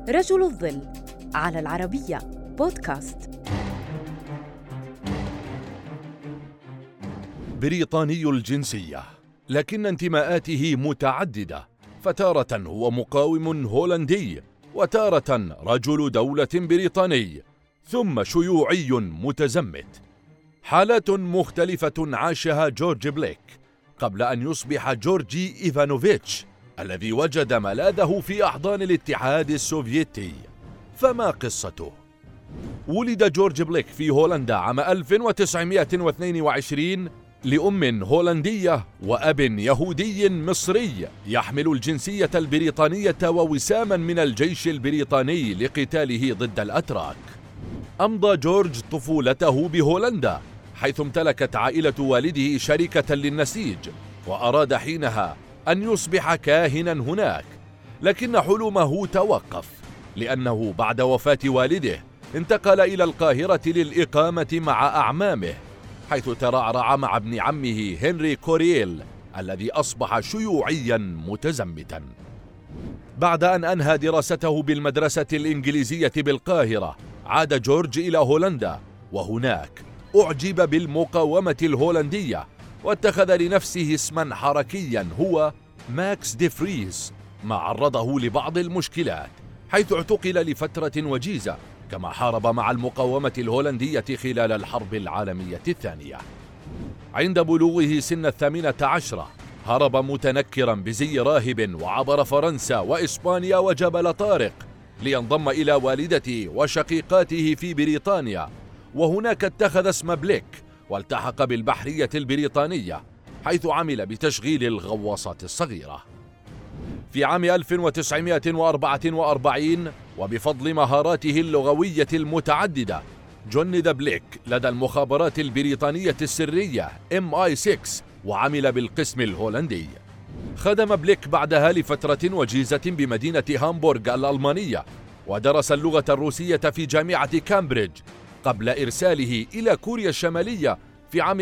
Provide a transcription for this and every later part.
رجل الظل على العربية بودكاست. بريطاني الجنسية، لكن انتماءاته متعددة، فتارة هو مقاوم هولندي، وتارة رجل دولة بريطاني، ثم شيوعي متزمت. حالات مختلفة عاشها جورج بليك قبل أن يصبح جورجي إيفانوفيتش الذي وجد ملاذه في أحضان الاتحاد السوفيتي. فما قصته؟ ولد جورج بليك في هولندا عام 1922 لأم هولندية وأب يهودي مصري يحمل الجنسية البريطانية ووساما من الجيش البريطاني لقتاله ضد الأتراك. أمضى جورج طفولته بهولندا، حيث امتلكت عائلة والده شركة للنسيج، وأراد حينها أن يصبح كاهنا هناك، لكن حلمه توقف لأنه بعد وفاة والده انتقل إلى القاهرة للإقامة مع أعمامه، حيث ترعرع مع ابن عمه هنري كورييل الذي أصبح شيوعيا متزمتا. بعد أن أنهى دراسته بالمدرسة الإنجليزية بالقاهرة، عاد جورج إلى هولندا، وهناك أعجب بالمقاومة الهولندية، واتخذ لنفسه اسما حركيا هو ماكس دي فريز، ما عرضه لبعض المشكلات، حيث اعتقل لفترة وجيزة، كما حارب مع المقاومة الهولندية خلال الحرب العالمية الثانية. عند بلوغه سن 18 هرب متنكرا بزي راهب، وعبر فرنسا وإسبانيا وجبل طارق لينضم إلى والدته وشقيقاته في بريطانيا، وهناك اتخذ اسم بليك والتحق بالبحرية البريطانية، حيث عمل بتشغيل الغواصات الصغيرة. في عام 1944 وبفضل مهاراته اللغوية المتعددة جند بليك لدى المخابرات البريطانية السرية MI6، وعمل بالقسم الهولندي. خدم بليك بعدها لفترة وجيزة بمدينة هامبورغ الألمانية، ودرس اللغة الروسية في جامعة كامبريدج قبل إرساله إلى كوريا الشمالية في عام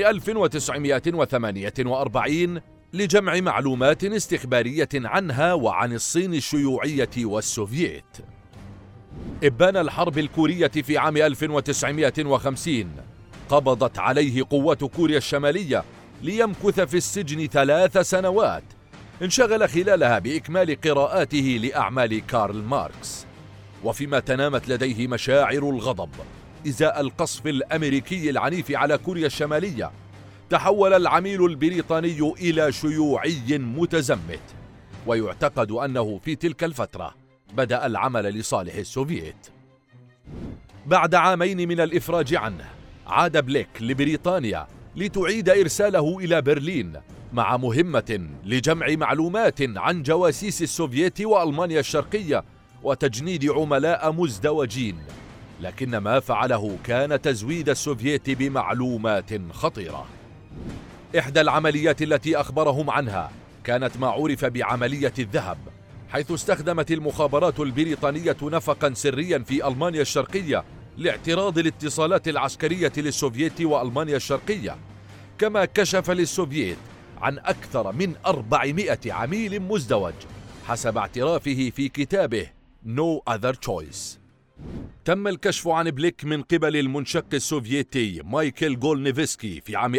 1948 لجمع معلومات استخبارية عنها وعن الصين الشيوعية والسوفييت. إبان الحرب الكورية في عام 1950 قبضت عليه قوات كوريا الشمالية ليمكث في السجن 3 سنوات، انشغل خلالها بإكمال قراءاته لأعمال كارل ماركس. وفيما تنامت لديه مشاعر الغضب إزاء القصف الأمريكي العنيف على كوريا الشمالية، تحول العميل البريطاني إلى شيوعي متزمت، ويعتقد أنه في تلك الفترة بدأ العمل لصالح السوفييت. بعد عامين من الإفراج عنه، عاد بليك لبريطانيا لتعيد إرساله إلى برلين مع مهمة لجمع معلومات عن جواسيس السوفييت وألمانيا الشرقية وتجنيد عملاء مزدوجين، لكن ما فعله كان تزويد السوفييت بمعلومات خطيرة. إحدى العمليات التي أخبرهم عنها كانت ما عرف بعملية الذهب، حيث استخدمت المخابرات البريطانية نفقا سريا في ألمانيا الشرقية لاعتراض الاتصالات العسكرية للسوفييت وألمانيا الشرقية، كما كشف للسوفييت عن أكثر من 400 عميل مزدوج حسب اعترافه في كتابه No Other Choice. تم الكشف عن بليك من قبل المنشق السوفيتي مايكل غولنيفسكي في عام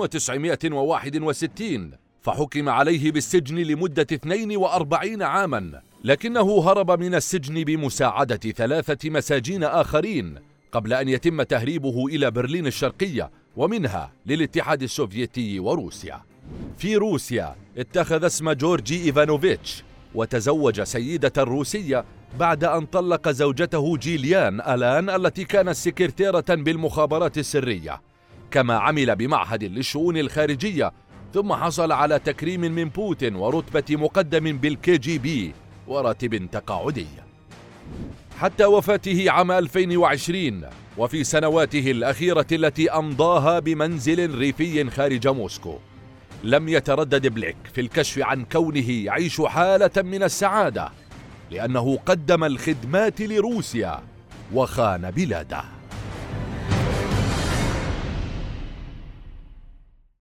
1961، فحكم عليه بالسجن لمدة 42 عاما، لكنه هرب من السجن بمساعدة 3 مساجين آخرين قبل أن يتم تهريبه إلى برلين الشرقية، ومنها للاتحاد السوفيتي وروسيا. في روسيا اتخذ اسم جورجي إيفانوفيتش، وتزوج سيدة روسية بعد أن طلق زوجته جيليان ألان التي كانت سكرتيرة بالمخابرات السرية، كما عمل بمعهد للشؤون الخارجية، ثم حصل على تكريم من بوتين ورتبة مقدم بالKGB وراتب تقاعدي، حتى وفاته عام 2020 وفي سنواته الأخيرة التي أمضاها بمنزل ريفي خارج موسكو. لم يتردد بليك في الكشف عن كونه يعيش حالة من السعادة، لأنه قدم الخدمات لروسيا وخان بلاده.